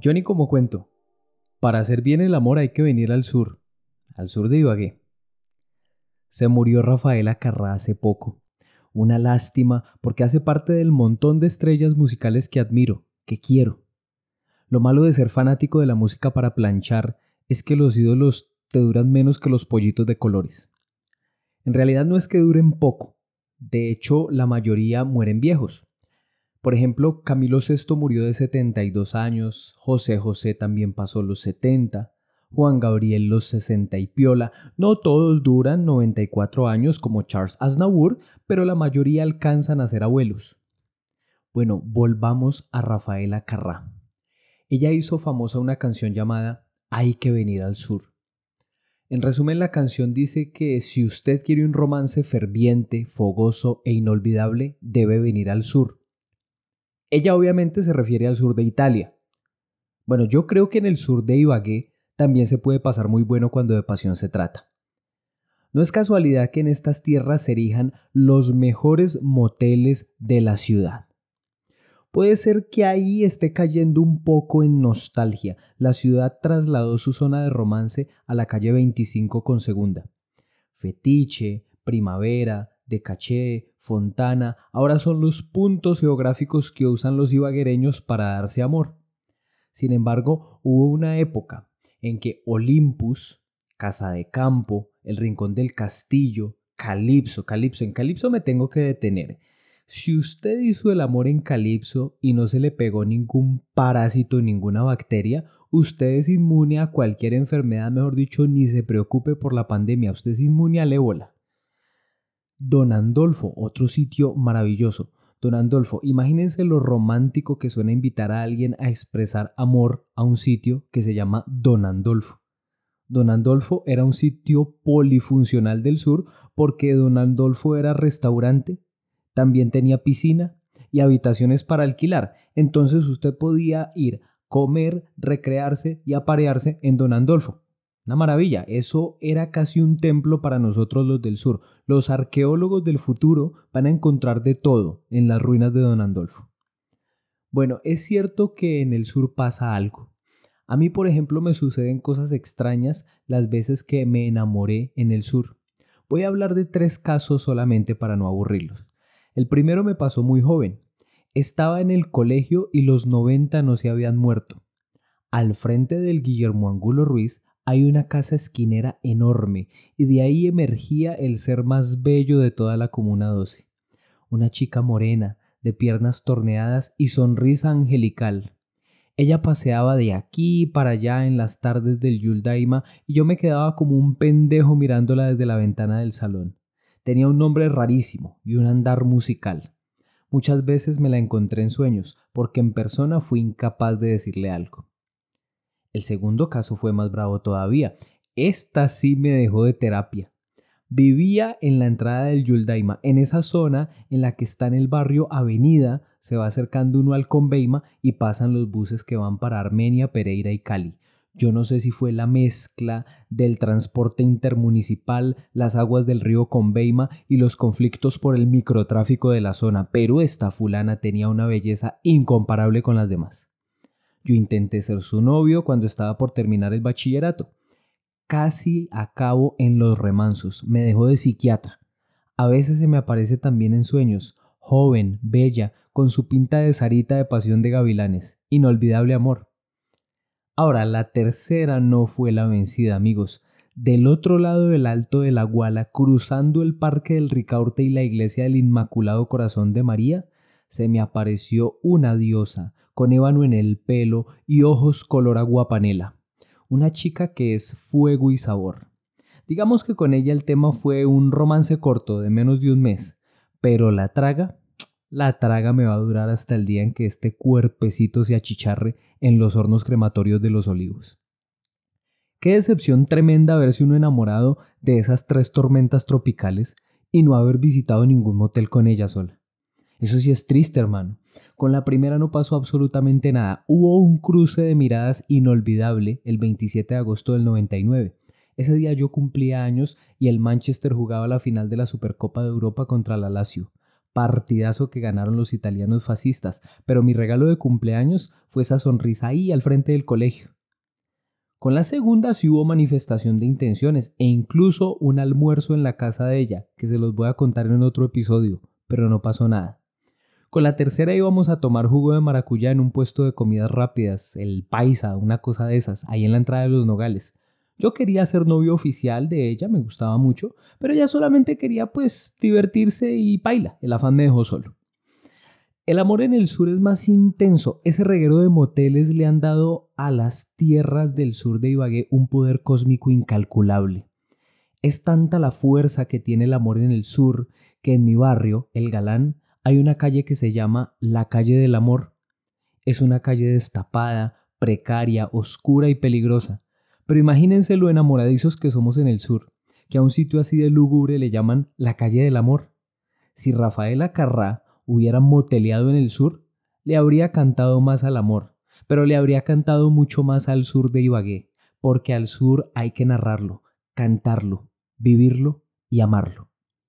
Yo ni como cuento. Para hacer bien el amor hay que venir al sur de Ibagué. Se murió Rafaela Carrá hace poco. Una lástima porque hace parte del montón de estrellas musicales que admiro, que quiero. Lo malo de ser fanático de la música para planchar es que los ídolos te duran menos que los pollitos de colores. En realidad no es que duren poco. De hecho, la mayoría mueren viejos. Por ejemplo, Camilo Sesto murió de 72 años, José José también pasó los 70, Juan Gabriel los 60 y piola. No todos duran 94 años como Charles Aznavour, pero la mayoría alcanzan a ser abuelos. Bueno, volvamos a Rafaela Carrá. Ella hizo famosa una canción llamada Hay que venir al sur. En resumen, la canción dice que si usted quiere un romance ferviente, fogoso e inolvidable, debe venir al sur. Ella obviamente se refiere al sur de Italia. Bueno, yo creo que en el sur de Ibagué también se puede pasar muy bueno cuando de pasión se trata. No es casualidad que en estas tierras se erijan los mejores moteles de la ciudad. Puede ser que ahí esté cayendo un poco en nostalgia. La ciudad trasladó su zona de romance a la calle 25 con Segunda. Fetiche, Primavera, De Caché, Fontana, ahora son los puntos geográficos que usan los ibaguereños para darse amor. Sin embargo, hubo una época en que Olympus, Casa de Campo, el Rincón del Castillo, en Calipso me tengo que detener. Si usted hizo el amor en Calipso y no se le pegó ningún parásito, ninguna bacteria, usted es inmune a cualquier enfermedad, mejor dicho, ni se preocupe por la pandemia, usted es inmune al ébola. Don Andolfo, otro sitio maravilloso. Don Andolfo, imagínense lo romántico que suena invitar a alguien a expresar amor a un sitio que se llama Don Andolfo. Don Andolfo era un sitio polifuncional del sur porque Don Andolfo era restaurante, también tenía piscina y habitaciones para alquilar. Entonces usted podía ir, comer, recrearse y aparearse en Don Andolfo. Una maravilla, eso era casi un templo para nosotros los del sur. Los arqueólogos del futuro van a encontrar de todo en las ruinas de Don Andolfo. Bueno, es cierto que en el sur pasa algo. A mí, por ejemplo, me suceden cosas extrañas las veces que me enamoré en el sur. Voy a hablar de 3 casos solamente para no aburrirlos. El primero me pasó muy joven. Estaba en el colegio y los 90 no se habían muerto. Al frente del Guillermo Angulo Ruiz hay una casa esquinera enorme y de ahí emergía el ser más bello de toda la Comuna 12. Una chica morena, de piernas torneadas y sonrisa angelical. Ella paseaba de aquí para allá en las tardes del Yuldaima y yo me quedaba como un pendejo mirándola desde la ventana del salón. Tenía un nombre rarísimo y un andar musical. Muchas veces me la encontré en sueños porque en persona fui incapaz de decirle algo. El segundo caso fue más bravo todavía. Esta sí me dejó de terapia. Vivía en la entrada del Yuldaima, en esa zona en la que está en el barrio Avenida, se va acercando uno al Conveima y pasan los buses que van para Armenia, Pereira y Cali. Yo no sé si fue la mezcla del transporte intermunicipal, las aguas del río Conveima y los conflictos por el microtráfico de la zona, pero esta fulana tenía una belleza incomparable con las demás. Yo intenté ser su novio cuando estaba por terminar el bachillerato. Casi acabo en los remansos, me dejó de psiquiatra. A veces se me aparece también en sueños, joven, bella, con su pinta de Sarita de Pasión de Gavilanes. Inolvidable amor. Ahora, la tercera no fue la vencida, amigos. Del otro lado del Alto de la Guala, cruzando el Parque del Ricaurte y la iglesia del Inmaculado Corazón de María, se me apareció una diosa, con ébano en el pelo y ojos color aguapanela. Una chica que es fuego y sabor. Digamos que con ella el tema fue un romance corto de menos de un mes, pero la traga me va a durar hasta el día en que este cuerpecito se achicharre en los hornos crematorios de Los Olivos. Qué decepción tremenda haberse uno enamorado de esas 3 tormentas tropicales y no haber visitado ningún motel con ella sola. Eso sí es triste, hermano. Con la primera no pasó absolutamente nada. Hubo un cruce de miradas inolvidable el 27 de agosto del 99. Ese día yo cumplía años y el Manchester jugaba la final de la Supercopa de Europa contra la Lazio. partidazo que ganaron los italianos fascistas, pero mi regalo de cumpleaños fue esa sonrisa ahí al frente del colegio. Con la segunda sí hubo manifestación de intenciones e incluso un almuerzo en la casa de ella, que se los voy a contar en otro episodio, pero no pasó nada. Con la tercera íbamos a tomar jugo de maracuyá en un puesto de comidas rápidas, el Paisa, una cosa de esas, ahí en la entrada de Los Nogales. Yo quería ser novio oficial de ella, me gustaba mucho, pero ella solamente quería pues divertirse y paila, el afán me dejó solo. El amor en el sur es más intenso. Ese reguero de moteles le han dado a las tierras del sur de Ibagué un poder cósmico incalculable. Es tanta la fuerza que tiene el amor en el sur que en mi barrio, El Galán, hay una calle que se llama la Calle del Amor. Es una calle destapada, precaria, oscura y peligrosa. Pero imagínense lo enamoradizos que somos en el sur, que a un sitio así de lúgubre le llaman la Calle del Amor. Si Rafael Acarrá hubiera moteleado en el sur, le habría cantado más al amor, pero le habría cantado mucho más al sur de Ibagué, porque al sur hay que narrarlo, cantarlo, vivirlo y amarlo.